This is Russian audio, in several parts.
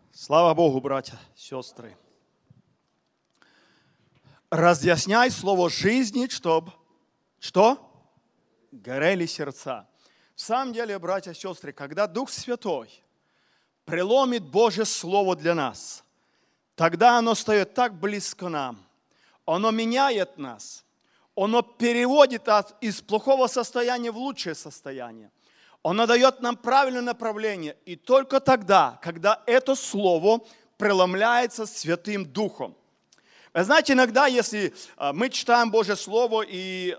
Слава Богу, братья, сестры. Разъясняй слово жизни, чтобы что? Горели сердца. В самом деле, братья и сестры, когда Дух Святой преломит Божье Слово для нас, тогда оно встает так близко нам, оно меняет нас, оно переводит нас из плохого состояния в лучшее состояние. Оно дает нам правильное направление. И только тогда, когда это Слово преломляется Святым Духом. Вы знаете, иногда, если мы читаем Божье Слово, и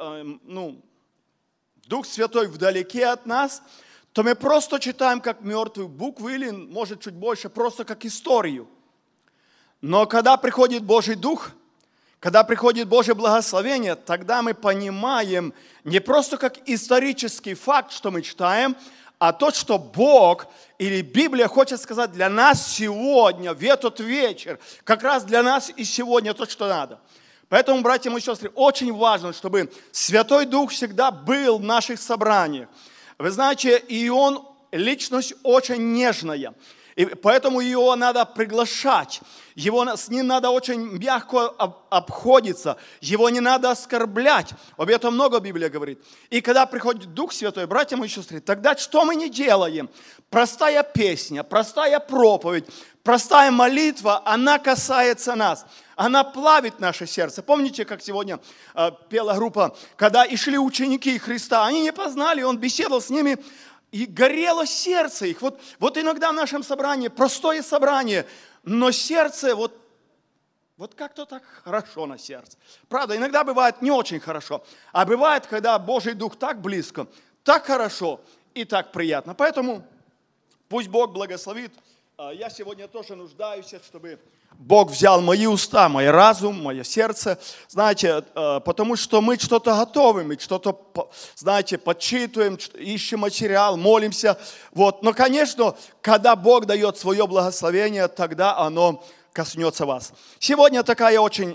Дух Святой вдалеке от нас, то мы просто читаем как мертвую букву, или, может, чуть больше, просто как историю. Но когда приходит Божий Дух, когда приходит Божье благословение, тогда мы понимаем не просто как исторический факт, что мы читаем, а то, что Бог или Библия хочет сказать для нас сегодня, в этот вечер, как раз для нас и сегодня то, что надо. Поэтому, братья и сестры, очень важно, чтобы Святой Дух всегда был в наших собраниях. Вы знаете, и Он личность очень нежная. И поэтому его надо приглашать, с ним надо очень мягко обходиться, его не надо оскорблять. Об этом много Библия говорит. И когда приходит Дух Святой, братья мои сестры, тогда что мы не делаем? Простая песня, простая проповедь, простая молитва, она касается нас. Она плавит наше сердце. Помните, как сегодня пела группа, когда и шли ученики Христа, они не познали, Он беседовал с ними, и горело сердце их. Вот иногда в нашем собрании, простое собрание, но сердце вот как-то так хорошо на сердце. Правда, иногда бывает не очень хорошо, а бывает, когда Божий Дух так близко, так хорошо и так приятно. Поэтому пусть Бог благословит. Я сегодня тоже нуждаюсь, чтобы Бог взял мои уста, мой разум, мое сердце, знаете, потому что мы что-то готовим, мы что-то, знаете, подсчитываем, ищем материал, молимся. Но, конечно, когда Бог дает свое благословение, тогда оно коснется вас. Сегодня такая очень,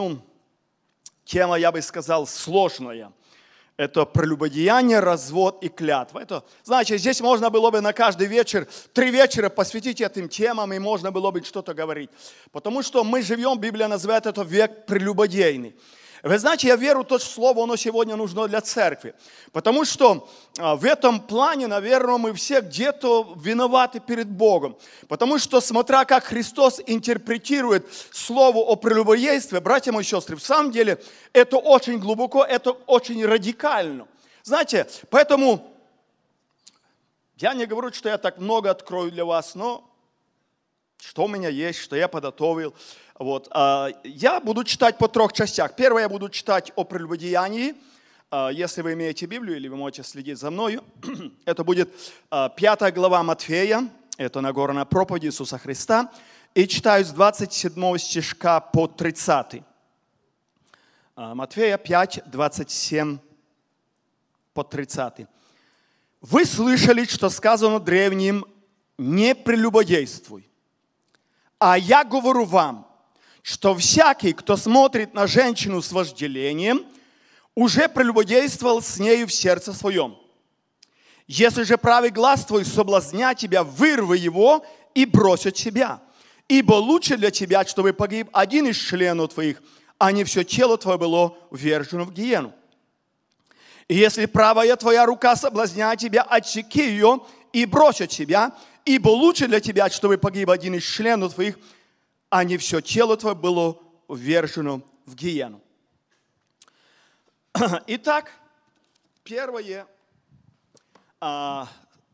тема, я бы сказал, сложная. Это прелюбодеяние, развод и клятва. Это, значит, здесь можно было бы на каждый вечер, 3 вечера посвятить этим темам, и можно было бы что-то говорить. Потому что мы живем, Библия называет это век прелюбодейный. Вы знаете, я верю, то слово, оно сегодня нужно для церкви. Потому что в этом плане, наверное, мы все где-то виноваты перед Богом. Потому что, смотря как Христос интерпретирует слово о прелюбодействе, братья мои сестры, в самом деле это очень глубоко, это очень радикально. Знаете, поэтому я не говорю, что я так много открою для вас, но что у меня есть, что я подготовил. Я буду читать по 3 частях. Первое, я буду читать о прелюбодеянии. Если вы имеете Библию или вы можете следить за мною, это будет 5 глава Матфея, это Нагорная проповедь Иисуса Христа. И читаю с 27 стишка по 30. Матфея 5, 27 по 30. «Вы слышали, что сказано древним: не прелюбодействуй. А я говорю вам, что всякий, кто смотрит на женщину с вожделением, уже прелюбодействовал с нею в сердце своем. Если же правый глаз твой соблазня тебя, вырви его и брось от тебя. Ибо лучше для тебя, чтобы погиб один из членов твоих, а не все тело твое было ввержено в гиену. И если правая твоя рука соблазня тебя, отсеки ее и брось от себя. Ибо лучше для тебя, чтобы погиб один из членов твоих, а не все тело твое было ввержено в гиену». Итак, первое, когда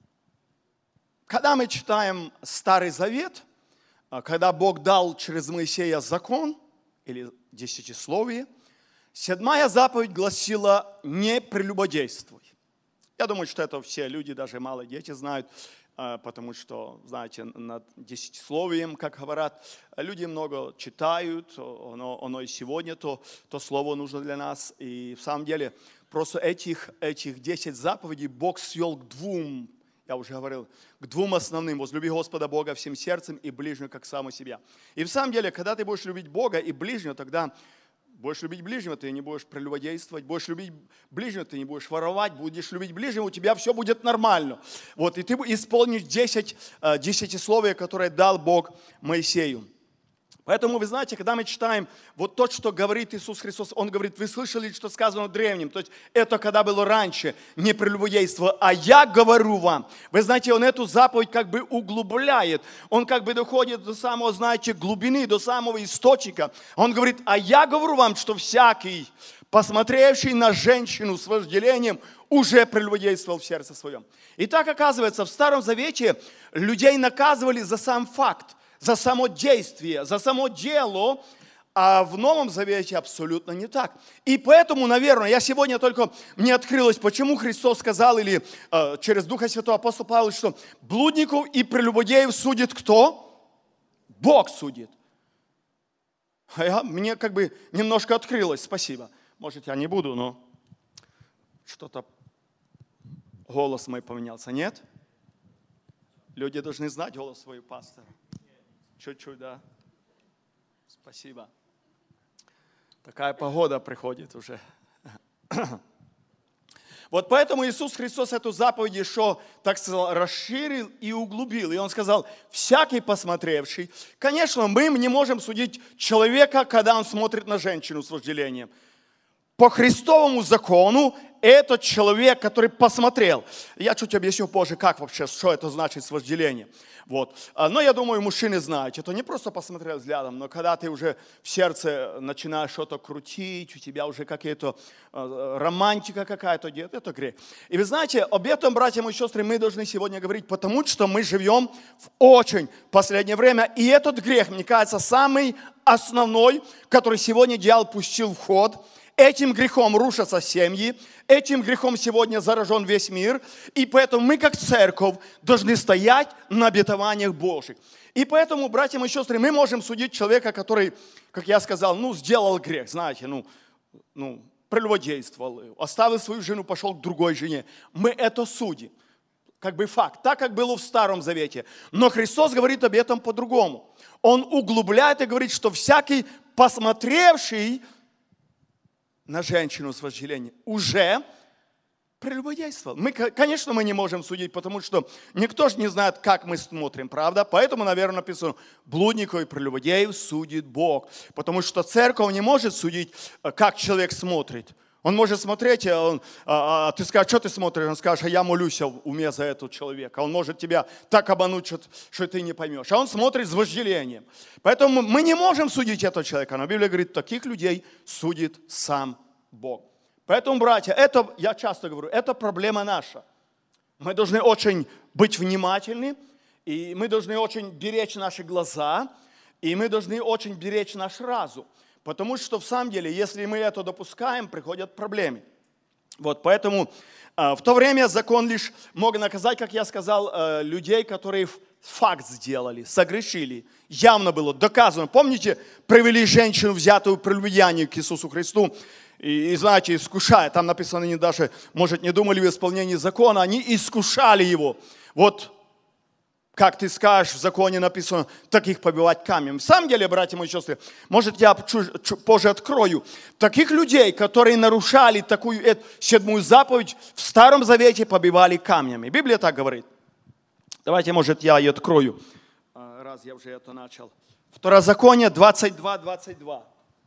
мы читаем Старый Завет, когда Бог дал через Моисея закон, или десятисловие, 7 заповедь гласила: «Не прелюбодействуй». Я думаю, что это все люди, даже малые дети знают, потому что, знаете, над десятисловием, как говорят, люди много читают, оно и сегодня то слово нужно для нас. И в самом деле просто этих 10 заповедей Бог свел к 2, я уже говорил, к 2 основным: возлюби Господа Бога всем сердцем и ближнего, как самого себя. И в самом деле, когда ты будешь любить Бога и ближнего, тогда Будешь любить ближнего, ты не будешь прелюбодействовать. Будешь любить ближнего, ты не будешь воровать. Будешь любить ближнего, у тебя все будет нормально. Вот, и ты исполнишь 10 десятисловия, которые дал Бог Моисею. Поэтому, вы знаете, когда мы читаем вот то, что говорит Иисус Христос, Он говорит, вы слышали, что сказано древним. То есть это когда было раньше, не прелюбодейство, а я говорю вам. Вы знаете, Он эту заповедь как бы углубляет. Он как бы доходит до самого, знаете, глубины, до самого источника. Он говорит, а я говорю вам, что всякий, посмотревший на женщину с вожделением, уже прелюбодействовал в сердце своем. И так оказывается, в Старом Завете людей наказывали за сам факт, за само действие, за само дело, а в Новом Завете абсолютно не так. И поэтому, наверное, я сегодня только, мне открылось, почему Христос сказал, или через Духа Святого апостол Павел, что блудников и прелюбодеев судит кто? Бог судит. Мне как бы немножко открылось, спасибо. Может, я не буду, но что-то, голос мой поменялся, нет? Люди должны знать голос своего пастора. Чуть-чуть, да. Спасибо. Такая погода приходит уже. Вот поэтому Иисус Христос эту заповедь еще, так сказал, расширил и углубил. И Он сказал, всякий посмотревший. Конечно, мы не можем судить человека, когда он смотрит на женщину с вожделением. По Христовому закону этот человек, который посмотрел. Я чуть объясню позже, как вообще, что это значит с вожделением. Вот. Но я думаю, мужчины знают, это не просто посмотрел взглядом, но когда ты уже в сердце начинаешь что-то крутить, у тебя уже какие-то романтика какая-то идет, это грех. И вы знаете, об этом, братья и сестры, мы должны сегодня говорить, потому что мы живем в очень последнее время. И этот грех, мне кажется, самый основной, который сегодня дьявол пустил в ход. Этим грехом рушатся семьи, этим грехом сегодня заражен весь мир, и поэтому мы, как церковь, должны стоять на обетованиях Божьих. И поэтому, братья и сестры, мы можем судить человека, который, как я сказал, сделал грех, знаете, прелюбодействовал, оставил свою жену, пошел к другой жене. Мы это судим, как бы факт, так, как было в Старом Завете. Но Христос говорит об этом по-другому. Он углубляет и говорит, что всякий, посмотревший на женщину с вожделением, уже прелюбодействовал. Конечно, мы не можем судить, потому что никто же не знает, как мы смотрим, правда? Поэтому, наверное, написано, блудников и прелюбодеев судит Бог. Потому что церковь не может судить, как человек смотрит. Он может смотреть, ты скажешь, что ты смотришь? Он скажет, а я молюсь в уме за этого человека. Он может тебя так обмануть, что ты не поймешь. А он смотрит с вожделением. Поэтому мы не можем судить этого человека. Но Библия говорит, таких людей судит сам Бог. Поэтому, братья, это, я часто говорю, это проблема наша. Мы должны очень быть внимательны, и мы должны очень беречь наши глаза, и мы должны очень беречь наш разум. Потому что, в самом деле, если мы это допускаем, приходят проблемы. Вот, поэтому в то время закон лишь мог наказать, как я сказал, людей, которые факт сделали, согрешили. Явно было доказано. Помните, привели женщину, взятую в прелюбодеянии к Иисусу Христу, и знаете, искушая. Там написано, они даже, может, не думали в исполнении закона, они искушали его. Вот, как ты скажешь, в законе написано, таких побивать камнем. В самом деле, братья мои сестры, может, я позже открою. Таких людей, которые нарушали такую седьмую заповедь, в Старом Завете побивали камнями. Библия так говорит. Давайте, может, я ее открою, раз я уже это начал. Второзаконие 22:22.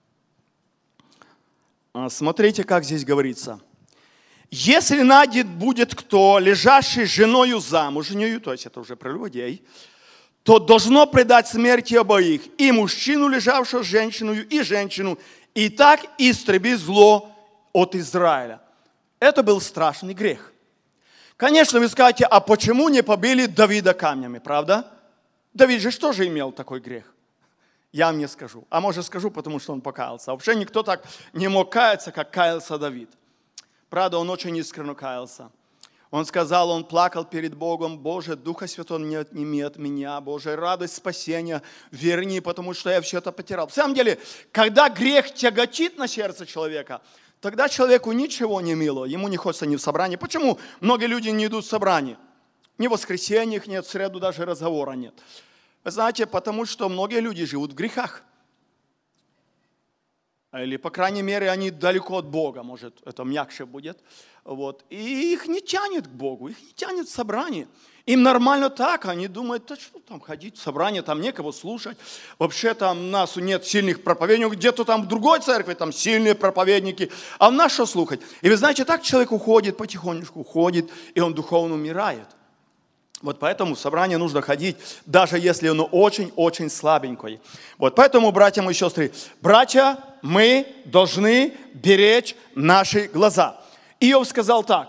Смотрите, как здесь говорится. Если найдет будет кто, лежащий с женою замужнею, то есть это уже прелюбодей, то должно предать смерти обоих, и мужчину, лежавшего с женщиной, и женщину, и так истреби зло от Израиля. Это был страшный грех. Конечно, вы скажете, а почему не побили Давида камнями, правда? Давид же что же имел такой грех? Я вам не скажу. А может скажу, потому что он покаялся. Вообще никто так не мог каяться, как каялся Давид. Правда, он очень искренне каялся. Он сказал, он плакал перед Богом: Боже, Духа Святого не отними от меня, Боже, радость спасения верни, потому что я все это потерял. В самом деле, когда грех тяготит на сердце человека, тогда человеку ничего не мило, ему не хочется ни в собрании. Почему многие люди не идут в собрание? Ни в воскресеньях нет, в среду даже разговора нет. Вы знаете, потому что многие люди живут в грехах. или, по крайней мере, они далеко от Бога, может, это мягче будет. Вот. И их не тянет к Богу, их не тянет в собрание. Им нормально так, они думают, да что там ходить в собрание, там некого слушать. Вообще там у нас нет сильных проповедников, где-то там в другой церкви там сильные проповедники, а в нас что слушать? И вы знаете, так человек уходит, потихонечку уходит, и он духовно умирает. Вот поэтому в собрание нужно ходить, даже если оно очень-очень слабенькое. Вот поэтому, братья мои сестры, братья, мы должны беречь наши глаза. Иов сказал так.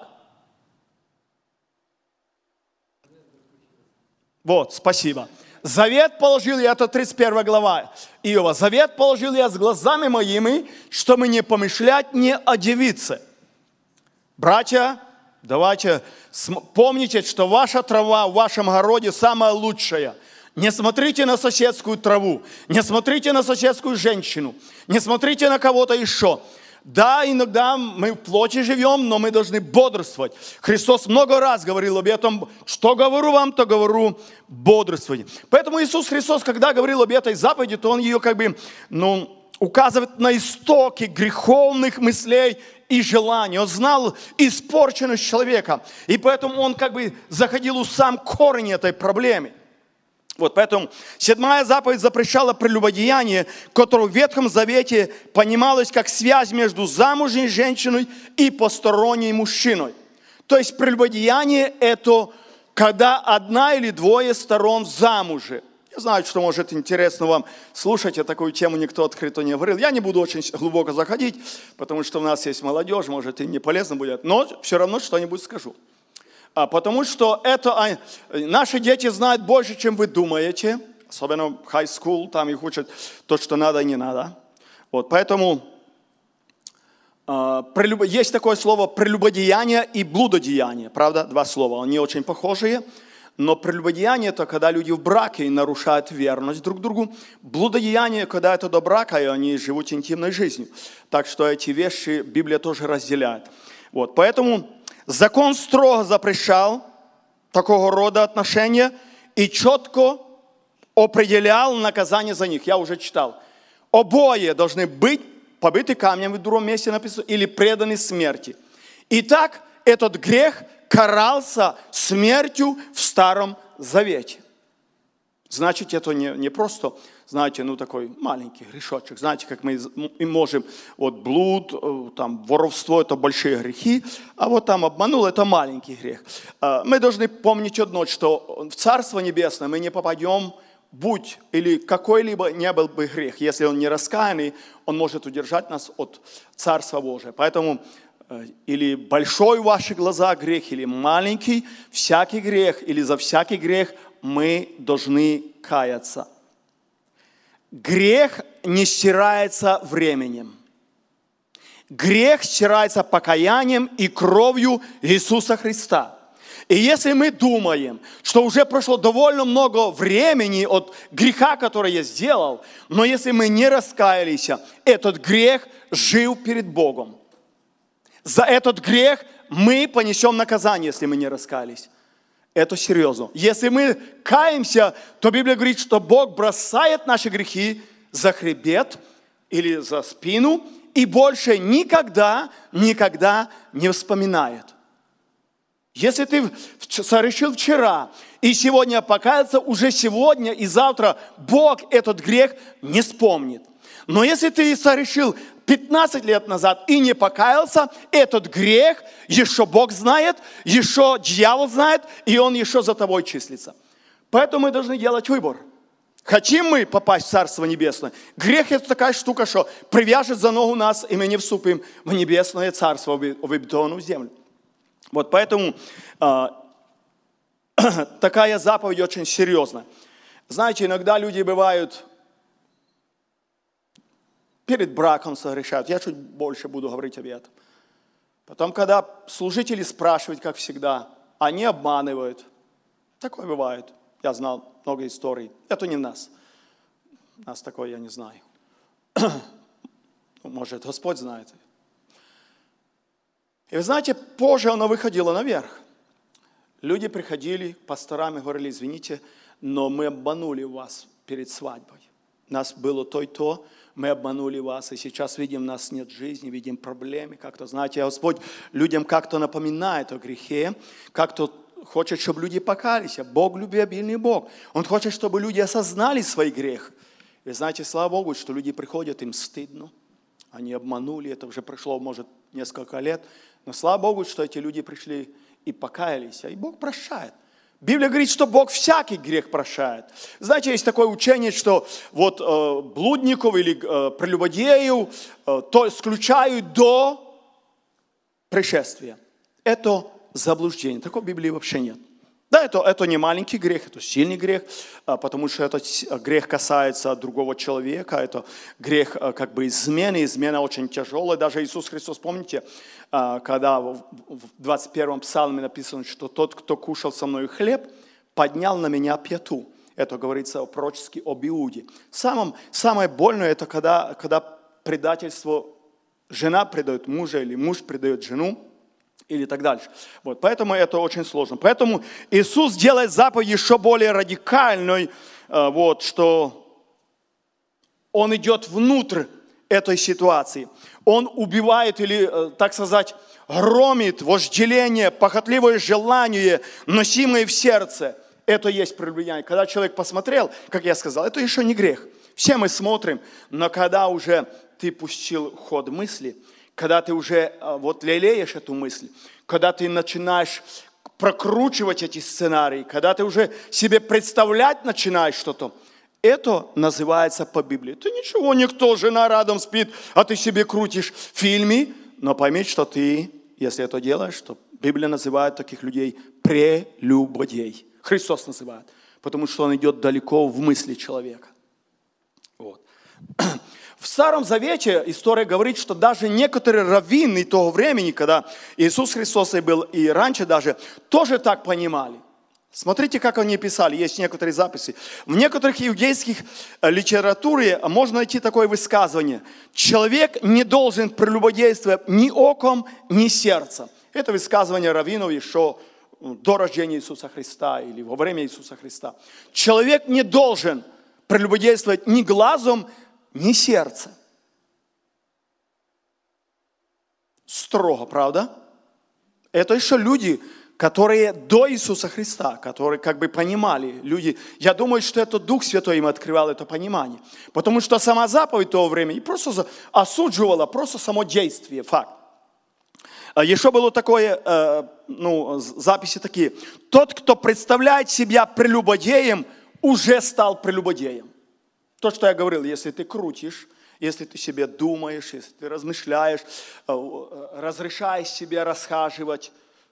Вот, спасибо. Завет положил я, это 31 глава Иова. Завет положил я с глазами моими, чтобы не помышлять не о девице. Братья, давайте помните, что ваша трава в вашем огороде самая лучшая. Не смотрите на соседскую траву, не смотрите на соседскую женщину, не смотрите на кого-то еще. Да, иногда мы в плоти живем, но мы должны бодрствовать. Христос много раз говорил об этом, что говорю вам, то говорю бодрствовать. Поэтому Иисус Христос, когда говорил об этой заповеди, то Он ее указывает на истоки греховных мыслей и желаний. Он знал испорченность человека, и поэтому Он заходил в сам корень этой проблемы. Вот поэтому 7-я заповедь запрещала прелюбодеяние, которое в Ветхом Завете понималось как связь между замужней женщиной и посторонней мужчиной. То есть прелюбодеяние – это когда одна или двое сторон замужи. Я знаю, что, может, интересно вам слушать, я такую тему никто открыто не говорил. Я не буду очень глубоко заходить, потому что у нас есть молодежь, может, им не полезно будет, но все равно что-нибудь скажу. Потому что наши дети знают больше, чем вы думаете. Особенно в high school, там их учат то, что надо и не надо. Вот, поэтому есть такое слово прелюбодеяние и блудодеяние. Правда, два слова, они очень похожие. Но прелюбодеяние – это когда люди в браке и нарушают верность друг другу. Блудодеяние – когда это до брака, и они живут интимной жизнью. Так что эти вещи Библия тоже разделяет. Вот, поэтому закон строго запрещал такого рода отношения и четко определял наказание за них. Я уже читал. Обои должны быть побиты камнем, в другом месте написано, или преданы смерти. Итак, этот грех карался смертью в Старом Завете. Значит, это не просто, знаете, такой маленький грешочек. Знаете, как мы можем, блуд, там, воровство – это большие грехи, а вот там обманул – это маленький грех. Мы должны помнить одно, что в Царство Небесное мы не попадем, будь или какой-либо не был бы грех. Если он не раскаянный, он может удержать нас от Царства Божия. Поэтому или большой в ваши глаза грех, или маленький, всякий грех, или за всякий грех мы должны каяться. Грех не стирается временем. Грех стирается покаянием и кровью Иисуса Христа. И если мы думаем, что уже прошло довольно много времени от греха, который я сделал, но если мы не раскаялись, этот грех жив перед Богом. За этот грех мы понесем наказание, если мы не раскаялись. Это серьезно. Если мы каемся, то Библия говорит, что Бог бросает наши грехи за хребет или за спину и больше никогда не вспоминает. Если ты совершил вчера и сегодня покаялся, уже сегодня и завтра Бог этот грех не вспомнит. Но если ты совершил 15 лет назад и не покаялся, этот грех еще Бог знает, еще дьявол знает, и он еще за тобой числится. Поэтому мы должны делать выбор. Хотим мы попасть в Царство Небесное? Грех – это такая штука, что привяжет за ногу нас, и мы не вступим в Небесное Царство, в обетованную землю. Вот поэтому такая заповедь очень серьезная. Знаете, иногда люди бывают перед браком согрешают. Я чуть больше буду говорить об этом. Потом, когда служители спрашивают, как всегда, они обманывают. Такое бывает. Я знал много историй. Это не нас. Нас такое я не знаю. Может, Господь знает. И вы знаете, позже оно выходило наверх. Люди приходили к пасторам и говорили: извините, но мы обманули вас перед свадьбой. у нас было то и то, мы обманули вас, и сейчас видим, у нас нет жизни, видим проблемы. Как-то, знаете, Господь людям как-то напоминает о грехе, как-то хочет, чтобы люди покаялись. Бог любвеобильный Бог. Он хочет, чтобы люди осознали свой грех. И знаете, слава Богу, что люди приходят, им стыдно. Они обманули, это уже прошло, может, несколько лет. Но слава Богу, что эти люди пришли и покаялись. И Бог прощает. Библия говорит, что Бог всякий грех прощает. Знаете, есть такое учение, что вот блудников или прелюбодеев то исключают до пришествия. Это заблуждение. Такого в Библии вообще нет. Да, это не маленький грех, это сильный грех, потому что этот грех касается другого человека, это грех как бы измены, измена очень тяжелая. Даже Иисус Христос, помните, когда в 21-м псалме написано, что тот, кто кушал со мной хлеб, поднял на меня пяту. Это говорится пророчески об Иуде. Самое больное, это когда предательство, жена предает мужа или муж предает жену, или так дальше. Вот, поэтому это очень сложно. Поэтому Иисус делает заповедь еще более радикальной, вот, что Он идет внутрь этой ситуации. Он убивает или, так сказать, громит вожделение, похотливое желание, носимое в сердце. Это есть прелюбодеяние. Когда человек посмотрел, как я сказал, это еще не грех. Все мы смотрим, но когда уже ты пустил ход мысли, когда ты уже вот лелеешь эту мысль, когда ты начинаешь прокручивать эти сценарии, когда ты уже себе представлять начинаешь что-то, это называется по Библии. Ты ничего, никто, жена рядом спит, а ты себе крутишь в фильме, но пойми, что ты, если это делаешь, то Библия называет таких людей прелюбодей. Христос называет, потому что он идет далеко в мысли человека. Вот. В Старом Завете история говорит, что даже некоторые раввины того времени, когда Иисус Христос и был, и раньше даже, тоже так понимали. Смотрите, как они писали, есть некоторые записи. В некоторых иудейских литературе можно найти такое высказывание. Человек не должен прелюбодействовать ни оком, ни сердцем. Это высказывание раввинов еще до рождения Иисуса Христа или во время Иисуса Христа. Человек не должен прелюбодействовать ни глазом, ни сердцем. Строго, правда? Это еще люди, которые до Иисуса Христа, которые как бы понимали, люди, я думаю, что это Дух Святой им открывал это понимание. Потому что сама заповедь того времени просто осудживала просто само действие, факт. Еще было такое, записи такие. Тот, кто представляет себя прелюбодеем, уже стал прелюбодеем. То, что я говорил, если ты крутишь, если ты себе думаешь, если ты размышляешь, разрешаешь себе расхаживать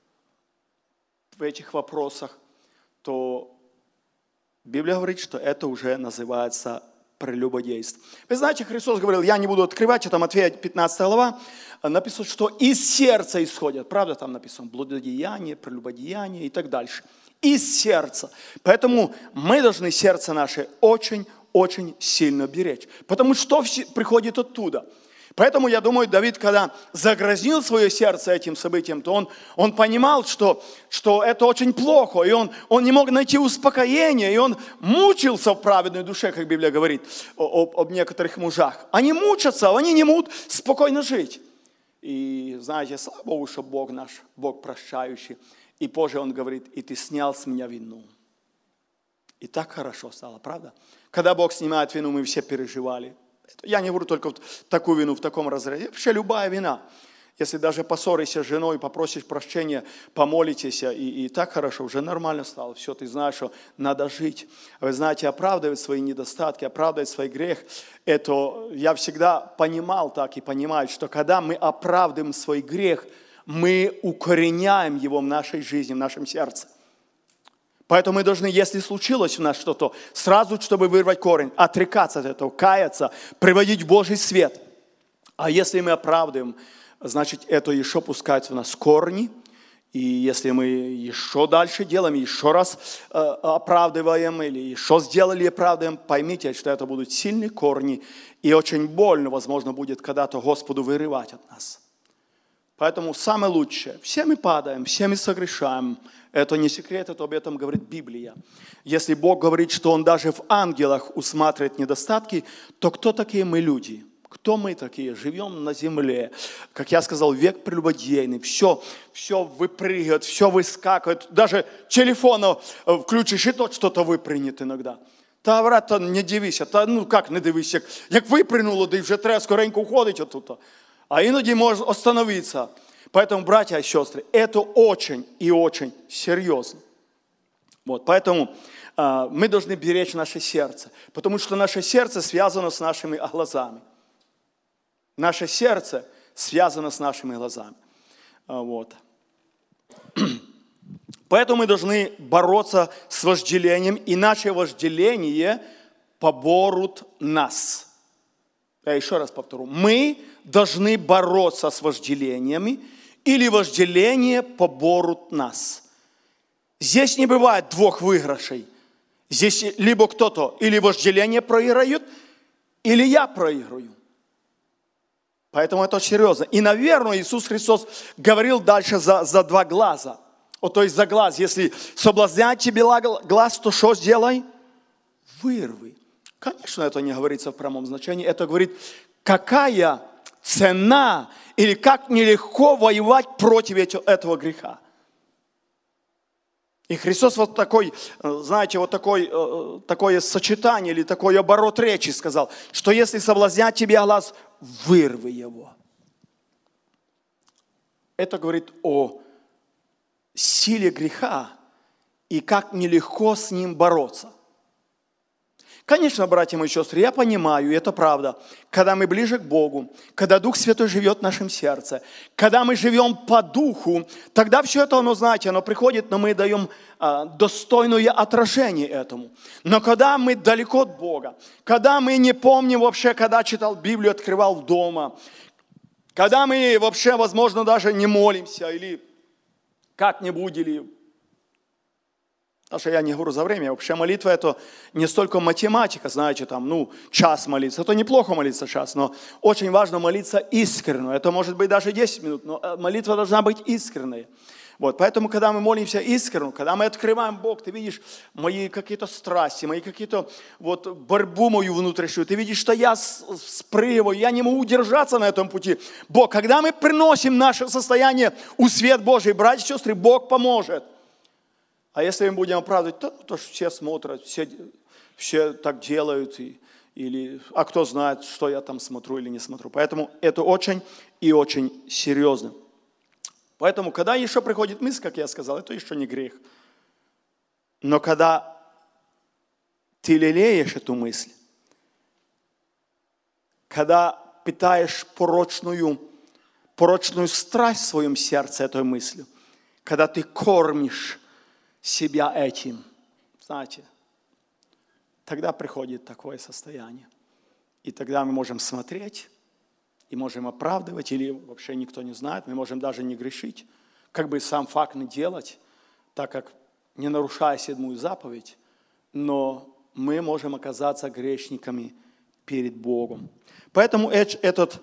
в этих вопросах, то Библия говорит, что это уже называется прелюбодейство. Вы знаете, Христос говорил, я не буду открывать, это Матфея 15 глава, написано, что из сердца исходят. Правда, там написано блудодеяние, прелюбодеяние и так дальше. Из сердца. Поэтому мы должны сердце наше очень сильно беречь. Потому что приходит оттуда. Поэтому, я думаю, Давид, когда загрязнил свое сердце этим событием, то он понимал, что это очень плохо, и он не мог найти успокоения, и он мучился в праведной душе, как Библия говорит об некоторых мужах. Они мучатся, они не могут спокойно жить. И знаете, слава Богу, что Бог наш, Бог прощающий. И позже Он говорит, и ты снял с меня вину. И так хорошо стало, правда? Когда Бог снимает вину, мы все переживали. Я не говорю только такую вину в таком разрезе. Вообще любая вина. Если даже поссоришься с женой, попросишь прощения, помолитесь, и так хорошо, уже нормально стало. Все, ты знаешь, что надо жить. Вы знаете, оправдывать свои недостатки, оправдывать свой грех, это я всегда понимал так и понимаю, что когда мы оправдываем свой грех, мы укореняем его в нашей жизни, в нашем сердце. Поэтому мы должны, если случилось у нас что-то, сразу, чтобы вырвать корень, отрекаться от этого, каяться, приводить в Божий свет. А если мы оправдываем, значит, это еще пускает в нас корни. И если мы еще дальше делаем, еще раз оправдываем, или еще сделали и оправдываем, поймите, что это будут сильные корни. И очень больно, возможно, будет когда-то Господу вырывать от нас. Поэтому самое лучшее, все мы падаем, все мы согрешаем, Это не секрет, это об этом говорит Библия. Если Бог говорит, что Он даже в ангелах усматривает недостатки, то кто такие мы люди? Кто мы такие? Живем на земле. Как я сказал, век прелюбодейный. Все выпрыгивает, все выскакивает. Даже телефон включишь, и тот что-то выпрыгнет иногда. Та, брат, не дивися. Как не дивися? Як випрыгнуло, да і вже треба скоренько уходить оттуда. А іноді може остановиться. Поэтому, братья и сестры, это очень и очень серьезно. Вот, поэтому мы должны беречь наше сердце, потому что наше сердце связано с нашими глазами. Наше сердце связано с нашими глазами. Вот. Поэтому мы должны бороться с вожделением, иначе вожделение поборут нас. Я еще раз повторю. Мы должны бороться с вожделениями, или вожделение поборут нас. Здесь не бывает двух выигрышей. Здесь либо кто-то, или вожделение проиграет, или я проиграю. Поэтому это серьезно. И, наверное, Иисус Христос говорил дальше за два глаза. То есть за глаз. Если соблазняет тебя глаз, то что сделай? Вырви. Конечно, это не говорится в прямом значении. Это говорит, какая цена или как нелегко воевать против этого греха. И Христос вот такой, знаете, вот такое сочетание или такой оборот речи сказал, что если соблазнять тебя глаз, вырви его. Это говорит о силе греха и как нелегко с ним бороться. Конечно, братья мои сестры, я понимаю, и это правда, когда мы ближе к Богу, когда Дух Святой живет в нашем сердце, когда мы живем по Духу, тогда все это, знаете, оно приходит, но мы даем достойное отражение этому. Но когда мы далеко от Бога, когда мы не помним вообще, когда читал Библию, открывал дома, когда мы вообще, возможно, даже не молимся или как-нибудь, или... Потому что я не говорю за время. Вообще молитва это не столько математика, знаете, час молиться. Это неплохо молиться час, но очень важно молиться искренне. Это может быть даже 10 минут, но молитва должна быть искренней. Вот, поэтому, когда мы молимся искренне, когда мы открываем Бог, ты видишь мои какие-то страсти, мои какие-то борьбу мою внутреннюю, ты видишь, что я спрыгиваю, я не могу удержаться на этом пути. Бог, когда мы приносим наше состояние у свет Божий, братья и сестры, Бог поможет. А если мы будем оправдывать, то все смотрят, все так делают, а кто знает, что я там смотрю или не смотрю. Поэтому это очень и очень серьезно. Поэтому, когда еще приходит мысль, как я сказал, это еще не грех. Но когда ты лелеешь эту мысль, когда питаешь порочную страсть в своем сердце этой мыслью, когда ты кормишь себя этим, знаете, тогда приходит такое состояние. И тогда мы можем смотреть, и можем оправдывать, или вообще никто не знает, мы можем даже не грешить, как бы сам факт не делать, так как не нарушая 7-ю заповедь, но мы можем оказаться грешниками перед Богом. Поэтому этот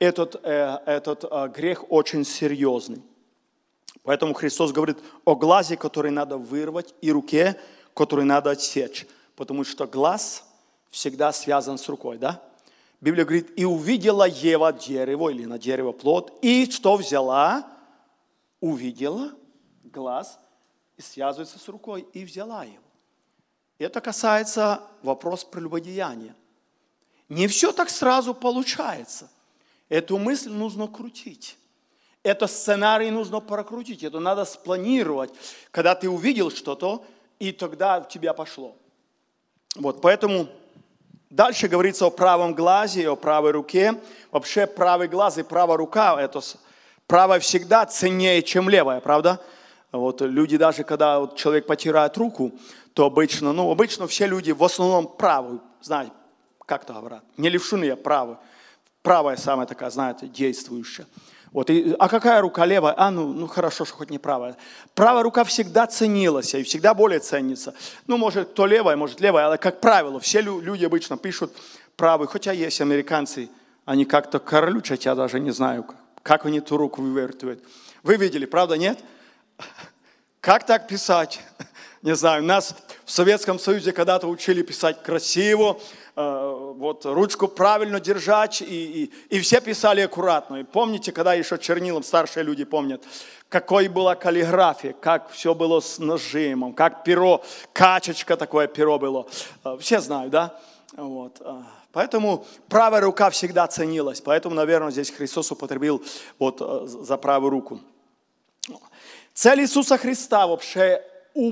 грех очень серьезный. Поэтому Христос говорит о глазе, который надо вырвать, и руке, которую надо отсечь. Потому что глаз всегда связан с рукой, да? Библия говорит, и увидела Ева дерево, или на дерево плод, и что взяла? Увидела глаз, и связывается с рукой, и взяла его. Это касается вопроса прелюбодеяния. Не все так сразу получается. Эту мысль нужно крутить. Это сценарий нужно прокрутить, это надо спланировать, когда ты увидел что-то, и тогда в тебя пошло. Вот, поэтому дальше говорится о правом глазе, о правой руке. Вообще правый глаз и правая рука, правая всегда ценнее, чем левая, правда? Вот люди даже, когда человек потирает руку, то обычно все люди в основном правую, знаете, как-то говорят, не левшуны, а правые. Правая самая такая, знаете, действующая. Вот, а какая рука левая? Хорошо, что хоть не правая. Правая рука всегда ценилась и всегда более ценится. Может, кто левая, может левая, але, как правило, все люди обычно пишут правый. Хотя есть американцы, они как-то королючат, я даже не знаю, как они ту руку вывертывают. Вы видели, правда, нет? Как так писать? Не знаю, нас в Советском Союзе когда-то учили писать красиво, вот ручку правильно держать, и все писали аккуратно. И помните, когда еще чернилом, старшие люди помнят, какой была каллиграфия, как все было с нажимом, как перо, качечка такое перо было. Все знают, да? Вот. Поэтому правая рука всегда ценилась. Поэтому, наверное, здесь Христос употребил вот за правую руку. Цель Иисуса Христа вообще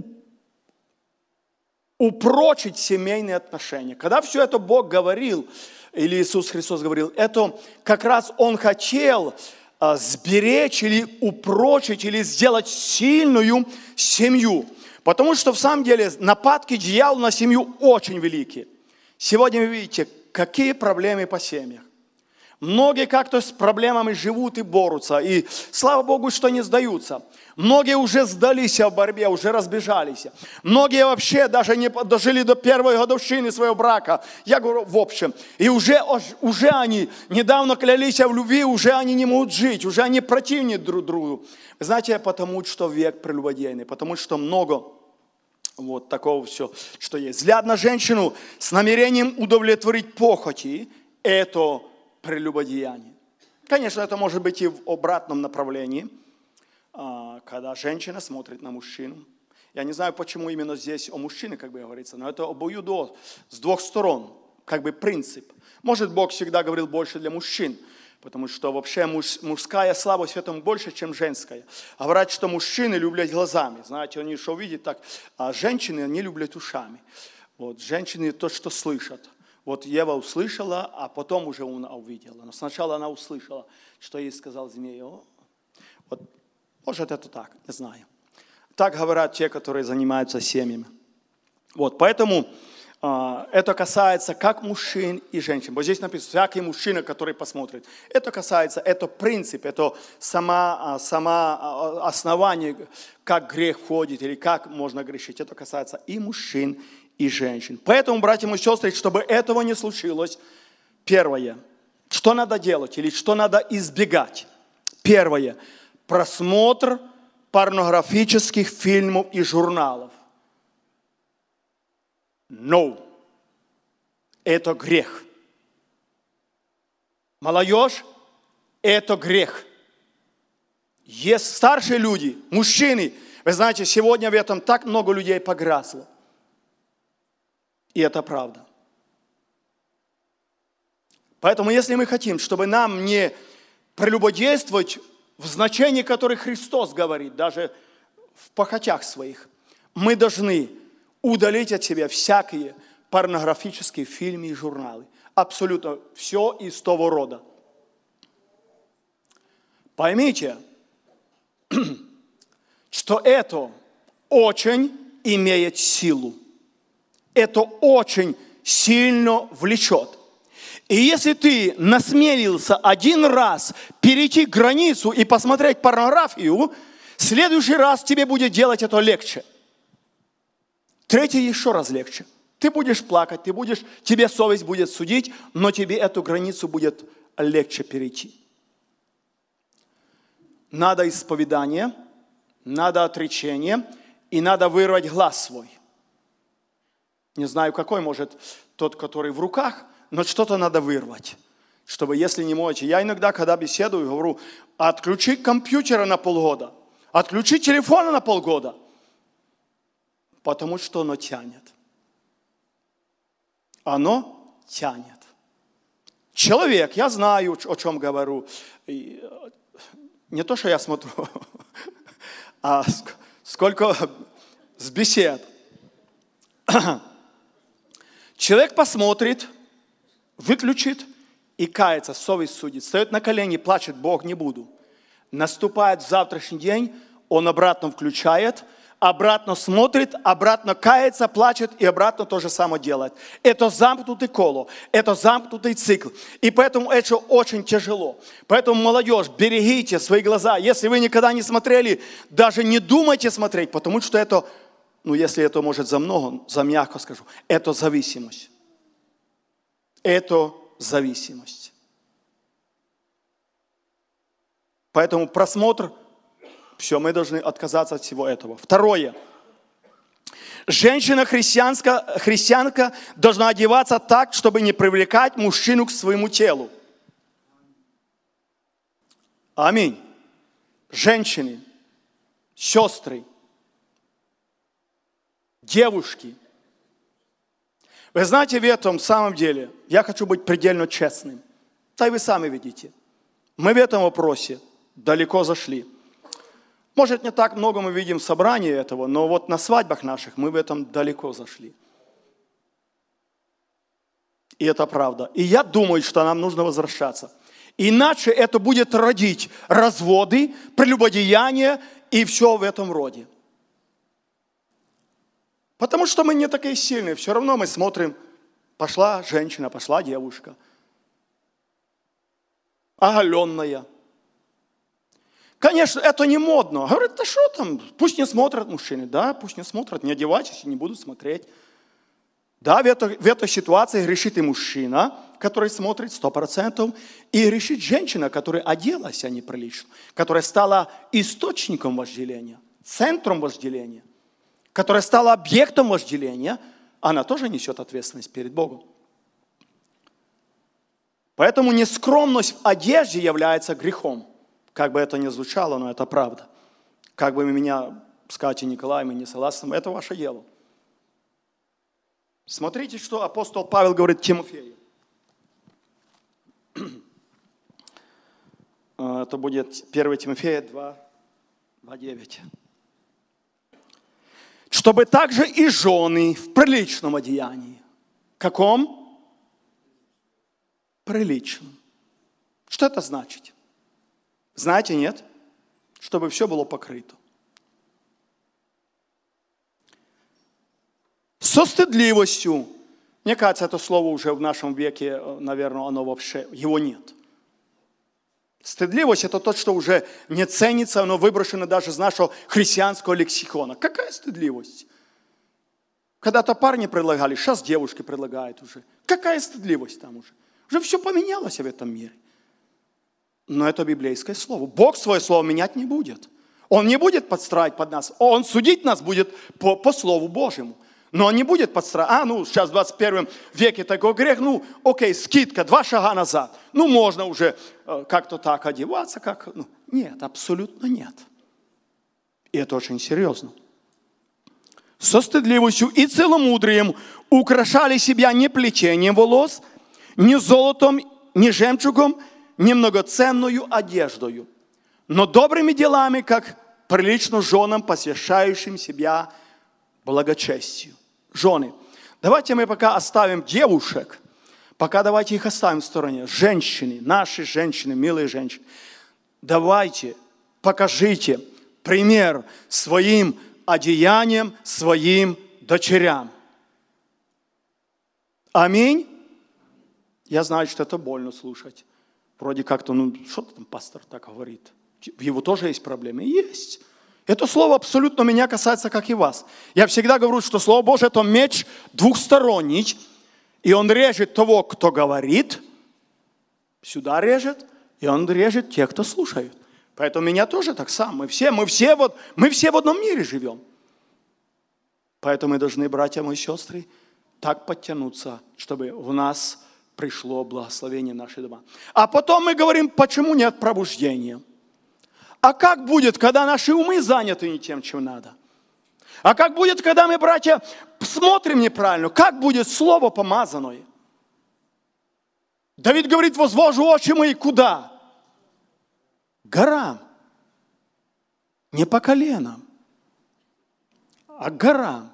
упрочить семейные отношения. Когда все это Бог говорил, или Иисус Христос говорил, это как раз Он хотел сберечь или упрочить, или сделать сильную семью. Потому что в самом деле нападки дьявола на семью очень великие. Сегодня вы видите, какие проблемы по семьях. Многие как-то с проблемами живут и борются. И слава Богу, что не сдаются. Многие уже сдались в борьбе, уже разбежались. Многие вообще даже не дожили до первой годовщины своего брака. Я говорю в общем. И уже они недавно клялись в любви, уже они не могут жить, уже они противны друг другу. Вы знаете, потому что век прелюбодейный, потому что много вот такого все, что есть. Взгляд на женщину с намерением удовлетворить похоти – это прелюбодеяние. Конечно, это может быть и в обратном направлении, когда женщина смотрит на мужчину. Я не знаю, почему именно здесь о мужчине, как бы говорится, но это обоюдо, с двух сторон, как бы принцип. Может, Бог всегда говорил больше для мужчин, потому что вообще мужская слабость в этом больше, чем женская. А говорят, что мужчины любят глазами, знаете, они что видят так, а женщины, они любят ушами. Вот, женщины то, что слышат. Вот Ева услышала, а потом уже она увидела. Но сначала она услышала, что ей сказал змей. Вот, может, это так, не знаю. Так говорят те, которые занимаются семьями. Вот, поэтому это касается как мужчин и женщин. Вот здесь написано, всякий мужчина, который посмотрит. Это касается, это принцип, это сама основание, как грех входит или как можно грешить. Это касается и мужчин, и женщин. Поэтому, братья и сестры, чтобы этого не случилось, первое, что надо делать или что надо избегать? Первое, просмотр порнографических фильмов и журналов. No. Это грех. Молодежь, это грех. Есть старшие люди, мужчины. Вы знаете, сегодня в этом так много людей погрязло. И это правда. Поэтому, если мы хотим, чтобы нам не прелюбодействовать в значении, которое Христос говорит, даже в похотях своих, мы должны удалить от себя всякие порнографические фильмы и журналы. Абсолютно все из того рода. Поймите, что это очень имеет силу. Это очень сильно влечет. И если ты насмелился один раз перейти границу и посмотреть порнографию, в следующий раз тебе будет делать это легче. Третий еще раз легче. Ты будешь плакать, тебе совесть будет судить, но тебе эту границу будет легче перейти. Надо исповедание, надо отречение и надо вырвать глаз свой. Не знаю, какой, может, тот, который в руках, но что-то надо вырвать, чтобы, если не можете. Я иногда, когда беседую, говорю, отключи компьютера на полгода, отключи телефона на полгода, потому что оно тянет. Оно тянет. Человек, я знаю, о чем говорю, не то, что я смотрю, а сколько с бесед. Человек посмотрит, выключит и кается, совесть судит. Встает на колени, плачет, Бог, не буду. Наступает завтрашний день, он обратно включает, обратно смотрит, обратно кается, плачет и обратно то же самое делает. Это замкнутый коло, это замкнутый цикл. И поэтому это очень тяжело. Поэтому, молодежь, берегите свои глаза. Если вы никогда не смотрели, даже не думайте смотреть, потому что это... если это может за мягко скажу, это зависимость. Это зависимость. Поэтому просмотр Все, мы должны отказаться от всего этого. Второе. Женщина-христианка должна одеваться так, чтобы не привлекать мужчину к своему телу. Аминь. Женщины, сестры, девушки. Вы знаете, в этом самом деле, я хочу быть предельно честным. Да и вы сами видите. Мы в этом вопросе далеко зашли. Может, не так много мы видим в собрании этого, но вот на свадьбах наших мы в этом далеко зашли. И это правда. И я думаю, что нам нужно возвращаться. Иначе это будет родить разводы, прелюбодеяния и все в этом роде. Потому что мы не такие сильные. Все равно мы смотрим, пошла женщина, пошла девушка. Оголенная. Конечно, это не модно. Говорят, да что там, пусть не смотрят мужчины. Да, пусть не смотрят, не одевайтесь и не будут смотреть. Да, в этой ситуации грешит и мужчина, который смотрит 100%, и грешит женщина, которая оделась, а не прилично, которая стала источником вожделения, центром вожделения, которая стала объектом вожделения, она тоже несет ответственность перед Богом. Поэтому нескромность в одежде является грехом. Как бы это ни звучало, но это правда. Как бы меня, скажете, Николай, мы не согласны, это ваше дело. Смотрите, что апостол Павел говорит Тимофею. Это будет 1 Тимофея 2:9. Чтобы также и жены в приличном одеянии. Каком? Приличном. Что это значит? Знаете, нет? Чтобы все было покрыто. Со стыдливостью. Мне кажется, это слово уже в нашем веке, наверное, оно вообще, его нет. Стыдливость – это то, что уже не ценится, оно выброшено даже из нашего христианского лексикона. Какая стыдливость? Когда-то парни предлагали, сейчас девушки предлагают уже. Какая стыдливость там уже? Уже все поменялось в этом мире. Но это библейское слово. Бог свое слово менять не будет. Он не будет подстраивать под нас. Он судить нас будет по Слову Божьему. Но он не будет подстраивать. Сейчас в 21 веке такой грех. Окей, скидка, 2 шага назад. Можно уже как-то так одеваться. Нет, абсолютно нет. И это очень серьезно. Со стыдливостью и целомудрием украшали себя не плетением волос, не золотом, не жемчугом, не многоценную одеждою, но добрыми делами, как прилично женам, посвящающим себя благочестию. Жены. Давайте мы пока оставим девушек, пока давайте их оставим в стороне. Женщины, наши женщины, милые женщины. Давайте, покажите пример своим одеянием, своим дочерям. Аминь. Я знаю, что это больно слушать. Вроде как-то, что там пастор так говорит? Его тоже есть проблемы? Есть. Это слово абсолютно меня касается, как и вас. Я всегда говорю, что Слово Божие – это меч двухсторонний, и он режет того, кто говорит, сюда режет, и он режет тех, кто слушает. Поэтому меня тоже так само. Мы все в одном мире живем. Поэтому мы должны, братья мои сестры, так подтянуться, чтобы в нас пришло благословение в наши дома. А потом мы говорим, почему нет пробуждения. А как будет, когда наши умы заняты не тем, чем надо? А как будет, когда мы, братья, смотрим неправильно? Как будет слово помазанное? Давид говорит, возвожу очи мои куда? К горам. Не по коленам, а к горам.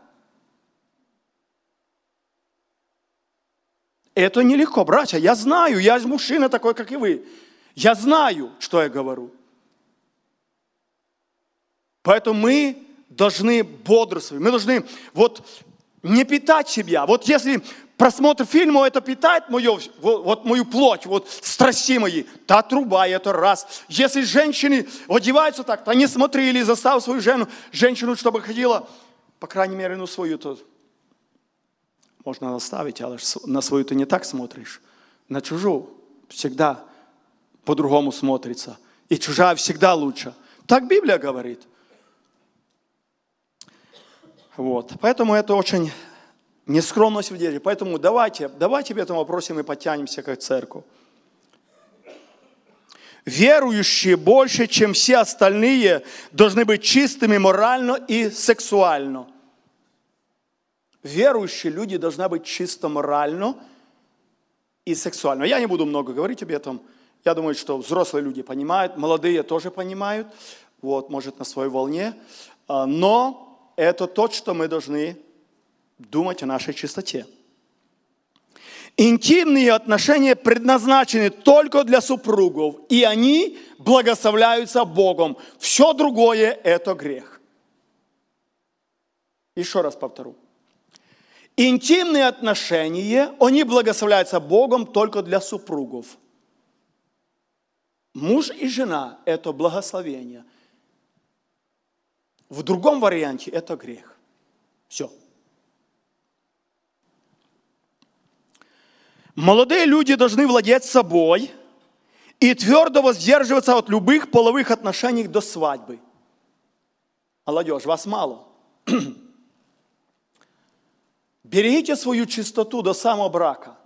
Это нелегко, братья. Я знаю, я мужчина такой, как и вы. Я знаю, что я говорю. Поэтому мы должны бодрствовать. Мы должны не питать себя. Если просмотр фильма это питает мою плоть, страсти мои, та труба, это раз. Если женщины одеваются так, то не смотри или заставь свою женщину, чтобы ходила, по крайней мере, свою то можно наставить, але на свою ты не так смотришь. На чужую всегда по-другому смотрится. И чужая всегда лучше. Так Библия говорит. Вот. Поэтому это очень нескромность в деле. Поэтому давайте в этом вопросе мы подтянемся как церковь. Верующие больше, чем все остальные, должны быть чистыми морально и сексуально. Верующие люди должны быть чисто морально и сексуально. Я не буду много говорить об этом. Я думаю, что взрослые люди понимают, молодые тоже понимают, вот, может, на своей волне. Но это то, что мы должны думать о нашей чистоте. Интимные отношения предназначены только для супругов, и они благословляются Богом. Все другое – это грех. Еще раз повторю. Интимные отношения, они благословляются Богом только для супругов. Муж и жена – это благословение. В другом варианте – это грех. Все. Молодые люди должны владеть собой и твердо воздерживаться от любых половых отношений до свадьбы. Молодежь, вас мало. Берегите свою чистоту до самого брака.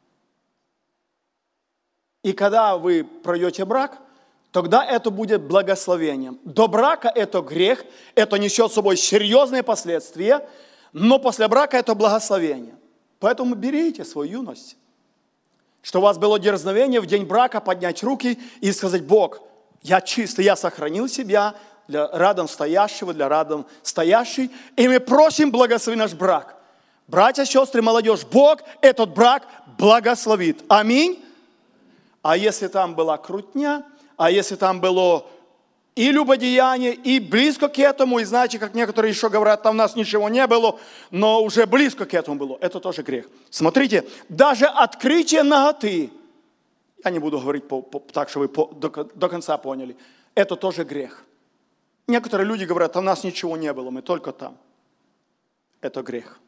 И когда вы пройдете брак, тогда это будет благословением. До брака это грех, это несет с собой серьезные последствия, но после брака это благословение. Поэтому берегите свою юность. Что у вас было дерзновение в день брака поднять руки и сказать: Бог, я чистый, я сохранил себя для рядом стоящего, для рядом стоящей. И мы просим благослови наш брак. Братья, сестры, молодежь, Бог этот брак благословит. Аминь. А если там была крутня, а если там было и любодеяние, и близко к этому, и знаете, как некоторые еще говорят, там у нас ничего не было, но уже близко к этому было, это тоже грех. Смотрите, даже открытие наготы, я не буду говорить так, чтобы вы до конца поняли, это тоже грех. Некоторые люди говорят, там у нас ничего не было, мы только там. Это грех.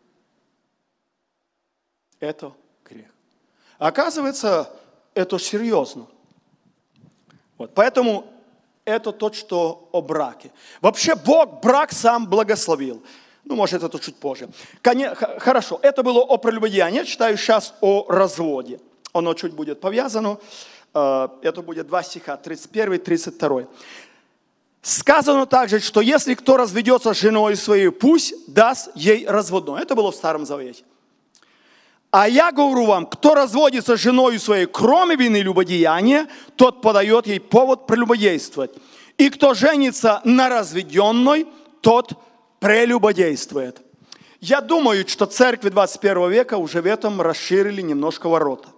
Это грех. Оказывается, это серьезно. Вот, поэтому это то, что о браке. Вообще Бог брак сам благословил. Ну, может, это чуть позже. Хорошо, это было о прелюбодеянии. Я читаю сейчас о разводе. Оно чуть будет повязано. Это будет 2 стиха, 31 и 32. Сказано также, что если кто разведется с женой своей, пусть даст ей разводное. Это было в Старом Завете. А я говорю вам, кто разводится с женой своей, кроме вины любодеяния, тот подает ей повод прелюбодействовать. И кто женится на разведенной, тот прелюбодействует. Я думаю, что церкви 21 века уже в этом расширили немножко ворота.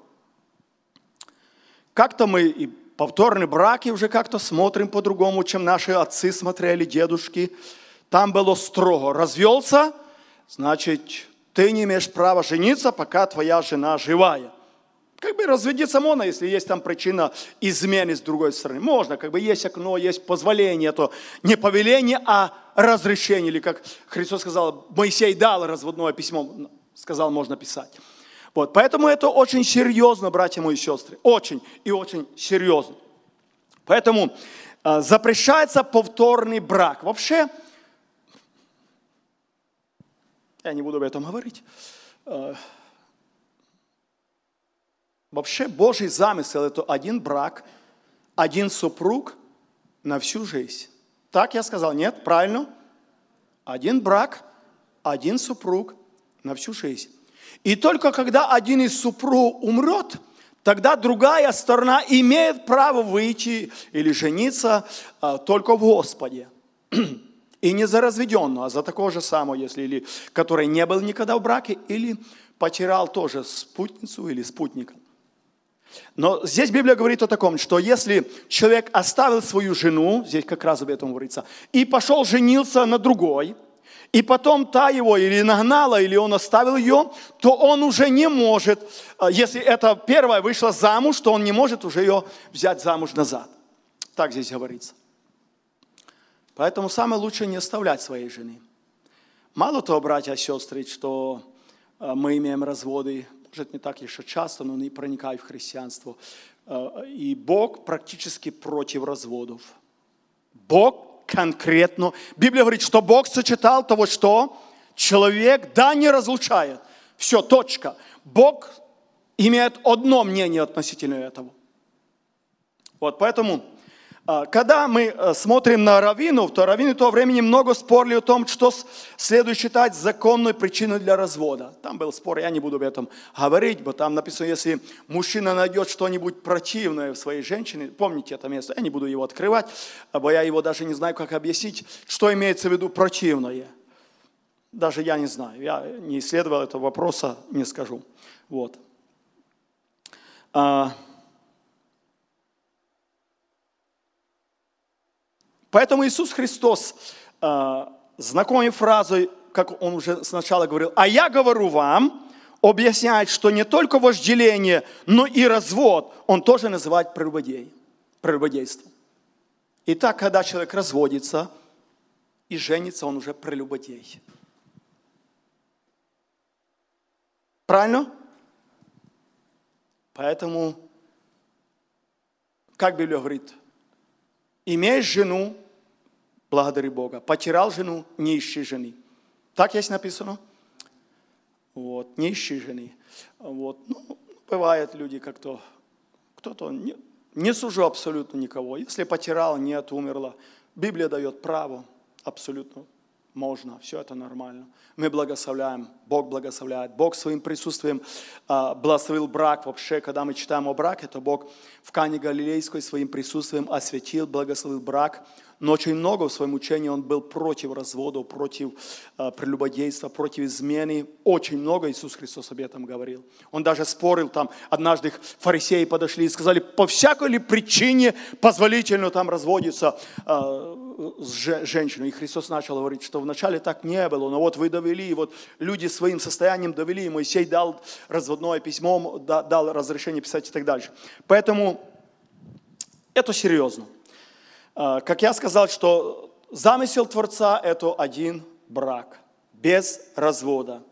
Как-то мы и повторные браки уже как-то смотрим по-другому, чем наши отцы смотрели, дедушки. Там было строго. Развелся, значит, ты не имеешь права жениться, пока твоя жена живая. Как бы разведиться можно, если есть там причина измены с другой стороны. Можно, как бы есть окно, есть позволение, то не повеление, а разрешение. Или как Христос сказал, Моисей дал разводное письмо, сказал, можно писать. Вот, поэтому это очень серьезно, братья мои и сестры. Очень и очень серьезно. Поэтому запрещается повторный брак. Вообще, я не буду об этом говорить. Вообще Божий замысел – это один брак, один супруг на всю жизнь. Так я сказал? Нет? Правильно? Один брак, один супруг на всю жизнь. И только когда один из супругов умрет, тогда другая сторона имеет право выйти или жениться только в Господе. И не за разведенного, а за такого же самого, если или который не был никогда в браке, или потерял тоже спутницу или спутника. Но здесь Библия говорит о таком, что если человек оставил свою жену, здесь как раз об этом говорится, и пошел женился на другой, и потом та его или нагнала, или он оставил ее, то он уже не может, если эта первая вышла замуж, то он не может уже ее взять замуж назад. Так здесь говорится. Поэтому самое лучшее не оставлять своей жены. Мало того, братья и сестры, что мы имеем разводы, может не так еще часто, но не проникают в христианство. И Бог практически против разводов. Бог конкретно. Библия говорит, что Бог сочетал того, что человек, да, не разлучает. Все, точка. Бог имеет одно мнение относительно этого. Вот, поэтому, когда мы смотрим на раввинов, то раввины того времени много спорили о том, что следует считать законной причиной для развода. Там был спор, я не буду об этом говорить, но там написано, если мужчина найдет что-нибудь противное в своей женщине, помните это место, я не буду его открывать, бо я его даже не знаю, как объяснить, что имеется в виду противное. Даже я не знаю, я не исследовал этого вопроса, не скажу. Вот. Поэтому Иисус Христос, знакомой фразой, как Он уже сначала говорил, «А я говорю вам», объясняет, что не только вожделение, но и развод Он тоже называет прелюбодейством. Итак, когда человек разводится и женится, он уже прелюбодей. Правильно? Поэтому, как Библия говорит, имеешь жену, благодари Бога. Потерял жену, не ищи жены. Так есть написано? Вот, не ищи жены. Вот. Ну, бывает люди как-то, кто-то, не сужу абсолютно никого. Если потерял, нет, умерла. Библия дает право, абсолютно можно, все это нормально. Мы благословляем, Бог благословляет. Бог своим присутствием благословил брак. Вообще, когда мы читаем о браке, то Бог в Кане Галилейской своим присутствием осветил, благословил брак. Но очень много в своем учении Он был против развода, против прелюбодейства, против измены. Очень много Иисус Христос об этом говорил. Он даже спорил там, однажды фарисеи подошли и сказали, по всякой ли причине позволительно там разводиться с женщиной. И Христос начал говорить, что вначале так не было, но вот вы довели, и вот люди своим состоянием довели, и Моисей дал разводное письмо, дал разрешение писать и так дальше. Поэтому это серьезно. Как я сказал, что замысел Творца – это один брак, без развода.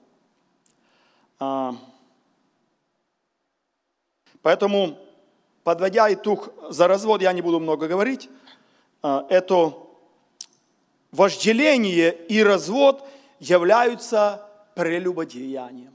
Поэтому, подводя итог за развод, я не буду много говорить, это вожделение и развод являются прелюбодеянием.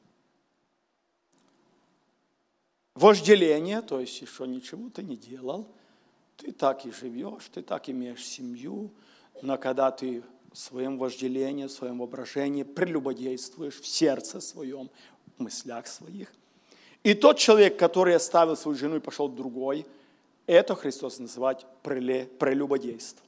Вожделение, то есть еще ничего ты не делал, ты так и живешь, ты так имеешь семью, но когда ты в своем вожделении, в своем воображении прелюбодействуешь в сердце своем, в мыслях своих, и тот человек, который оставил свою жену и пошел к другой, это Христос называет прелюбодейство.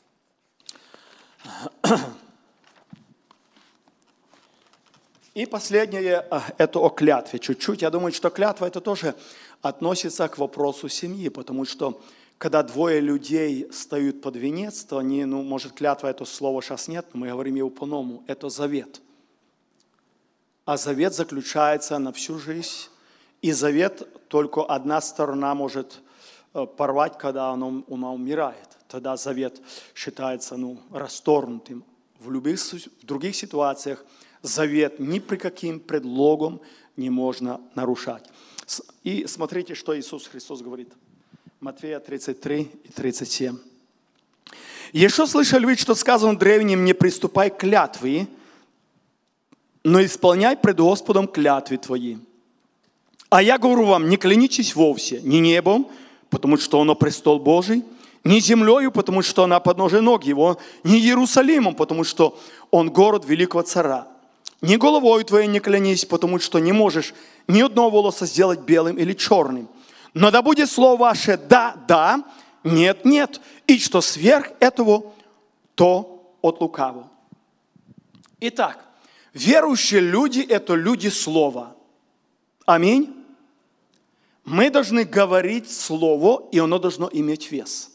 И последнее, это о клятве. Чуть-чуть, я думаю, что клятва это тоже относится к вопросу семьи, потому что когда двое людей встают под венец, то они, может, клятва, это слово сейчас нет, но мы говорим его по-новому, это завет. А завет заключается на всю жизнь, и завет только одна сторона может порвать, когда она умирает. Тогда завет считается расторгнутым. В других ситуациях завет ни при каким предлогом не можно нарушать. И смотрите, что Иисус Христос говорит. Матфея 33 и 37. «Еще слышали вы, что сказано древним, не приступай к клятве, но исполняй пред Господом клятвы твои. А я говорю вам, не клянитесь вовсе, ни небом, потому что оно престол Божий, ни землею, потому что она подножие ног его, ни Иерусалимом, потому что он город великого царя. Ни головою твоей не клянись, потому что не можешь ни одного волоса сделать белым или черным. Но да будет слово ваше «да, да», «нет, нет», и что сверх этого, то от лукавого». Итак, верующие люди – это люди слова. Аминь. Мы должны говорить слово, и оно должно иметь вес.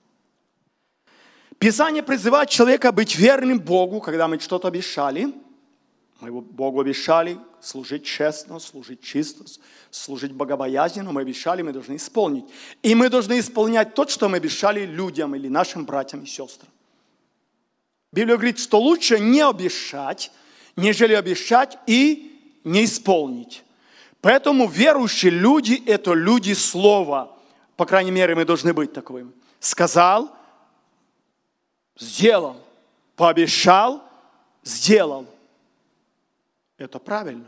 Писание призывает человека быть верным Богу, когда мы что-то обещали. Мы Богу обещали служить честно, служить чисто, служить богобоязненно. Мы обещали, мы должны исполнить. И мы должны исполнять то, что мы обещали людям или нашим братьям и сестрам. Библия говорит, что лучше не обещать, нежели обещать и не исполнить. Поэтому верующие люди – это люди слова. По крайней мере, мы должны быть таковыми. Сказал, сделал. Пообещал, сделал. Это правильно.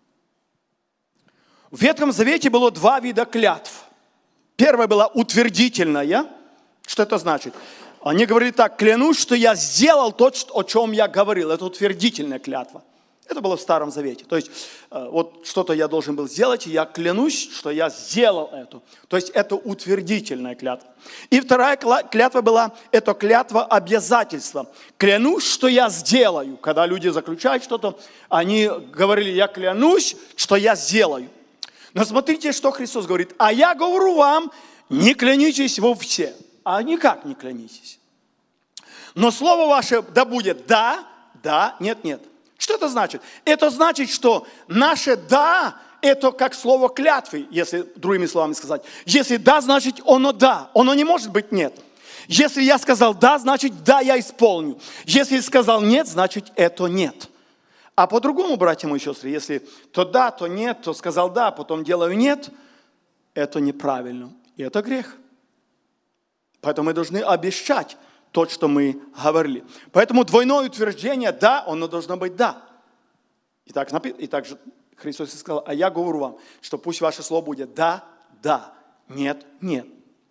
В Ветхом Завете было два вида клятв. Первая была утвердительная. Что это значит? Они говорили так: клянусь, что я сделал то, о чем я говорил. Это утвердительная клятва. Это было в Старом Завете. То есть, вот что-то я должен был сделать, и я клянусь, что я сделал это. То есть, это утвердительная клятва. И вторая клятва была, это клятва обязательства. Клянусь, что я сделаю. Когда люди заключают что-то, они говорили: я клянусь, что я сделаю. Но смотрите, что Христос говорит: а я говорю вам, не клянитесь вовсе. А никак не клянитесь. Но слово ваше да будет да, да, нет, нет. Что это значит? Это значит, что наше «да» – это как слово клятвы, если другими словами сказать. Если «да», значит оно «да». Оно не может быть «нет». Если я сказал «да», значит «да, я исполню». Если сказал «нет», значит это «нет». А по-другому, братья мои сестры, если то «да», то «нет», то сказал «да», потом делаю «нет», это неправильно. И это грех. Поэтому мы должны обещать то, что мы говорили. Поэтому двойное утверждение «да», оно должно быть «да». И также Христос сказал: а я говорю вам, что пусть ваше слово будет «да», «да», «нет», «нет».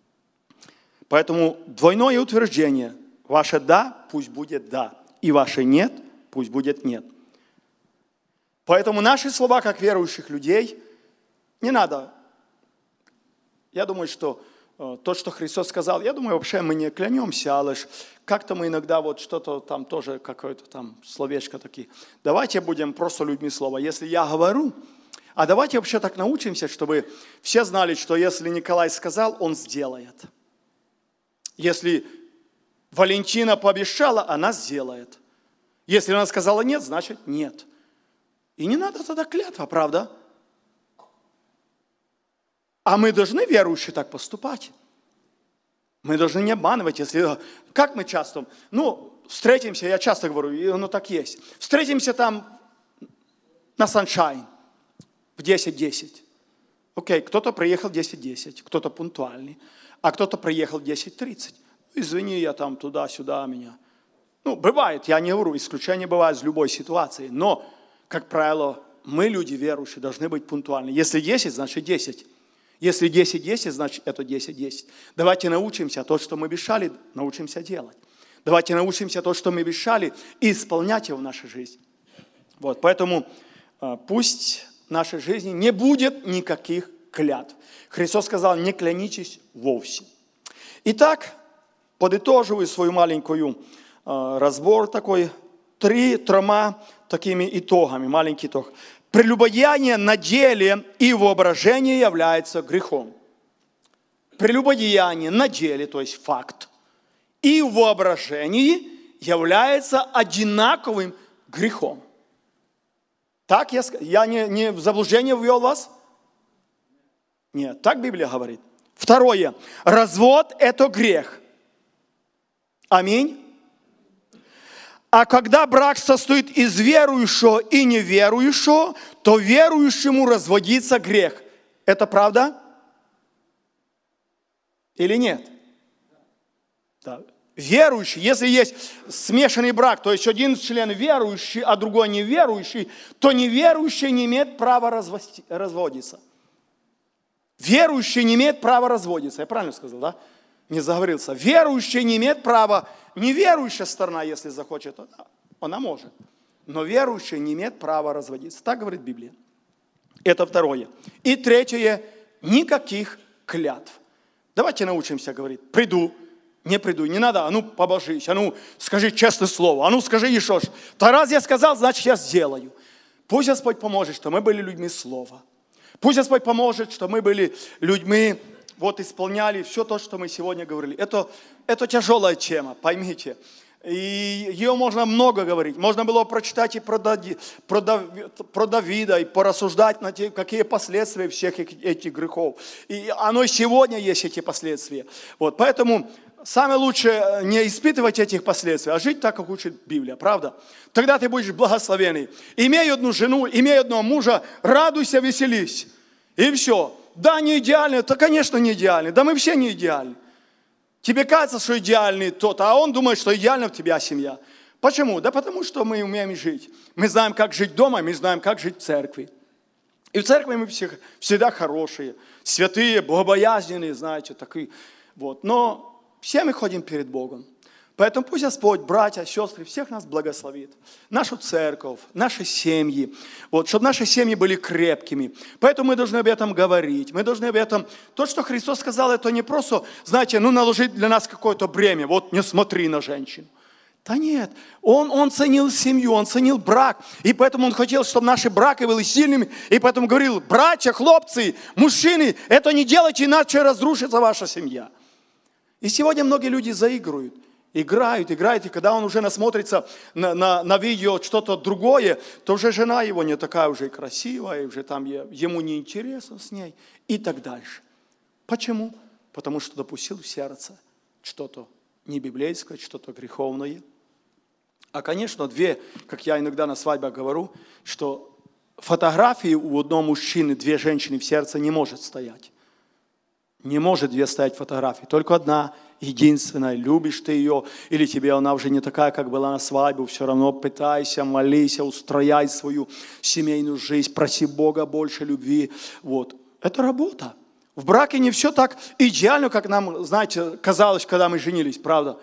Поэтому двойное утверждение: ваше «да» пусть будет «да», и ваше «нет» пусть будет «нет». Поэтому наши слова, как верующих людей, не надо. Я думаю, что то, что Христос сказал, я думаю, вообще мы не клянемся, а лишь как-то мы иногда вот что-то там тоже, какое-то там словечко такие. Давайте будем просто людьми слова. Если я говорю, а давайте вообще так научимся, чтобы все знали, что если Николай сказал, он сделает. Если Валентина пообещала, она сделает. Если она сказала нет, значит нет. И не надо тогда клятва, правда? А мы должны, верующие, так поступать. Мы должны не обманывать, если... Как мы часто... встретимся, я часто говорю, и оно так есть. Встретимся там на Sunshine в 10:10. Окей, кто-то приехал в 10:10, кто-то пунктуальный, а кто-то приехал в 10:30. Извини, я там туда-сюда меня... бывает, я не говорю, исключения бывают в любой ситуации, но, как правило, мы, люди верующие, должны быть пунктуальны. Если 10, значит 10. Если 10:10, значит это 10:10. Давайте научимся то, что мы обещали, научимся делать. Давайте научимся то, что мы обещали, и исполнять его в нашей жизни. Вот, поэтому пусть в нашей жизни не будет никаких клятв. Христос сказал: не клянитесь вовсе. Итак, подытоживаю свою маленькую разбор такой тремя такими итогами, маленький итог. Прелюбодеяние на деле и воображении является грехом. Прелюбодеяние на деле, то есть факт, и в воображении является одинаковым грехом. Так я не в заблуждение ввел вас? Нет, так Библия говорит. Второе. Развод – это грех. Аминь. А когда брак состоит из верующего и неверующего, то верующему разводится грех. Это правда? Или нет? Да. Верующий, если есть смешанный брак, то есть один член верующий, а другой неверующий, то неверующий не имеет права разводиться. Верующий не имеет права разводиться. Я правильно сказал, да? Не заговорился. Верующий не имеет права, неверующая сторона, если захочет, она может. Но верующий не имеет права разводиться. Так говорит Библия. Это второе. И третье, никаких клятв. Давайте научимся говорить: приду, не приду, не надо, побожись, скажи честное слово, скажи еще. То раз я сказал, значит я сделаю. Пусть Господь поможет, что мы были людьми слова. Пусть Господь поможет, что мы были людьми, исполняли все то, что мы сегодня говорили. Это тяжелая тема, поймите. И ее можно много говорить. Можно было прочитать и про Давида, и порассуждать на те, какие последствия всех этих грехов. И оно и сегодня есть эти последствия. Поэтому самое лучшее не испытывать этих последствий, а жить так, как учит Библия, правда? Тогда ты будешь благословенный. Имей одну жену, имей одного мужа, радуйся, веселись. И все. Да, не идеально, конечно, не идеально. Да мы все не идеальны. Тебе кажется, что идеальный тот, а он думает, что идеальна в тебя семья. Почему? Да потому что мы умеем жить. Мы знаем, как жить дома, мы знаем, как жить в церкви. И в церкви мы всегда хорошие, святые, богобоязненные, знаете, такие. Вот. Но все мы ходим перед Богом. Поэтому пусть Господь, братья, сестры, всех нас благословит. Нашу церковь, наши семьи. Вот, чтобы наши семьи были крепкими. Поэтому мы должны об этом говорить. Мы должны об этом... То, что Христос сказал, это не просто, знаете, наложить для нас какое-то бремя. Вот не смотри на женщину. Да нет, он ценил семью, он ценил брак. И поэтому он хотел, чтобы наши браки были сильными. И поэтому говорил, братья, хлопцы, мужчины, это не делайте, иначе разрушится ваша семья. И сегодня многие люди заигрывают. Играют, и когда он уже насмотрится на видео что-то другое, то уже жена его не такая уже красивая, и уже там ему не интересно с ней и так дальше. Почему? Потому что допустил в сердце что-то не библейское, что-то греховное. А, конечно, как я иногда на свадьбах говорю, что фотографии у одного мужчины, 2 женщины в сердце не может стоять. Не может 2 стоять фотографии, только одна, единственная. Любишь ты ее, или тебе она уже не такая, как была на свадьбу, все равно пытайся, молись, устрояй свою семейную жизнь, проси Бога больше любви. Вот. Это работа. В браке не все так идеально, как нам, знаете, казалось, когда мы женились, правда?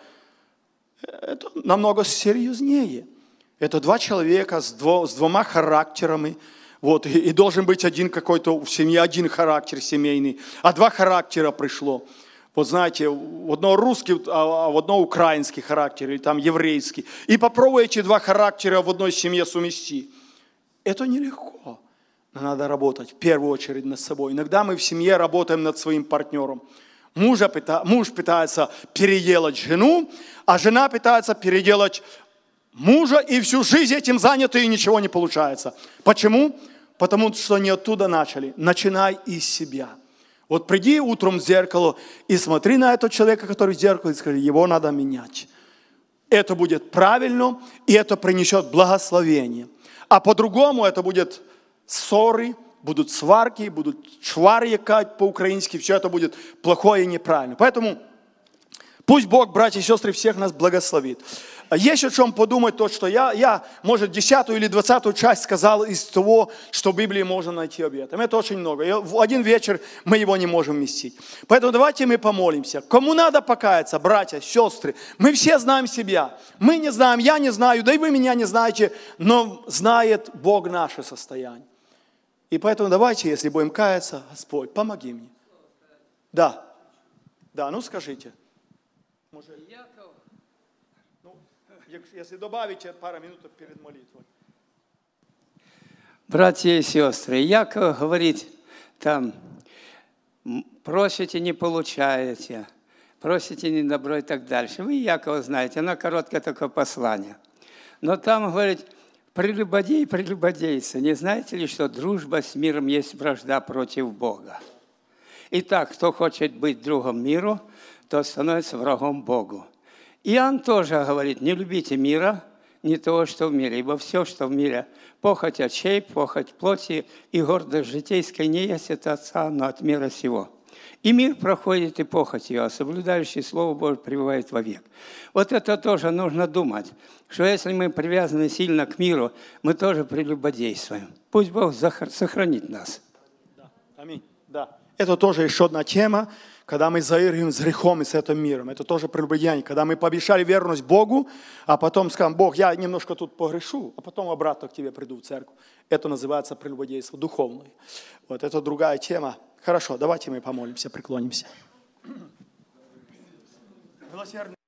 Это намного серьезнее. Это 2 человека с 2 характерами. Вот, и должен быть один какой-то в семье, один характер семейный, а 2 характера пришло. Вот знаете, в одного русский, а в одного украинский характер, или там еврейский. И попробуй эти 2 характера в одной семье совместить. Это нелегко. Но надо работать в первую очередь над собой. Иногда мы в семье работаем над своим партнером. Муж пытается переделать жену, а жена пытается переделать мужа, и всю жизнь этим заняты, и ничего не получается. Почему? Потому что не оттуда начали. Начинай из себя. Вот приди утром в зеркало и смотри на этого человека, который в зеркале, и скажи, его надо менять. Это будет правильно, и это принесет благословение. А по-другому это будет ссоры, будут сварки, будут чварьякать по-украински, все это будет плохое и неправильно. Поэтому пусть Бог, братья и сестры, всех нас благословит. Есть о чем подумать, то, что я, может, 10 или 20 часть сказал из того, что в Библии можно найти об этом. Это очень много. И в один вечер мы его не можем вместить. Поэтому давайте мы помолимся. Кому надо покаяться, братья, сестры, мы все знаем себя. Мы не знаем, я не знаю, да и вы меня не знаете, но знает Бог наше состояние. И поэтому давайте, если будем каяться, Господь, помоги мне. Да, ну скажите. Если добавите пару минут перед молитвой. Братья и сестры, Яков говорит там, просите, не получаете, просите не добро и так дальше. Вы Якова знаете, оно короткое такое послание. Но там говорит, прелюбодей, прелюбодейцы, не знаете ли, что дружба с миром есть вражда против Бога? Итак, кто хочет быть другом миру, тот становится врагом Богу. Иоанн тоже говорит, не любите мира, не того, что в мире, ибо все, что в мире, похоть очей, похоть плоти и гордость житейская не есть от Отца, но от мира сего. И мир проходит, и похоть ее, а соблюдающий Слово Божие пребывает вовек. Вот это тоже нужно думать, что если мы привязаны сильно к миру, мы тоже прелюбодействуем. Пусть Бог сохранит нас. Да. Аминь. Да. Это тоже еще одна тема, когда мы заигрываем с грехом и с этим миром. Это тоже прелюбодеяние. Когда мы пообещали верность Богу, а потом скажем, Бог, я немножко тут погрешу, а потом обратно к тебе приду в церковь. Это называется прелюбодейство духовное. Вот это другая тема. Хорошо, давайте мы помолимся, преклонимся.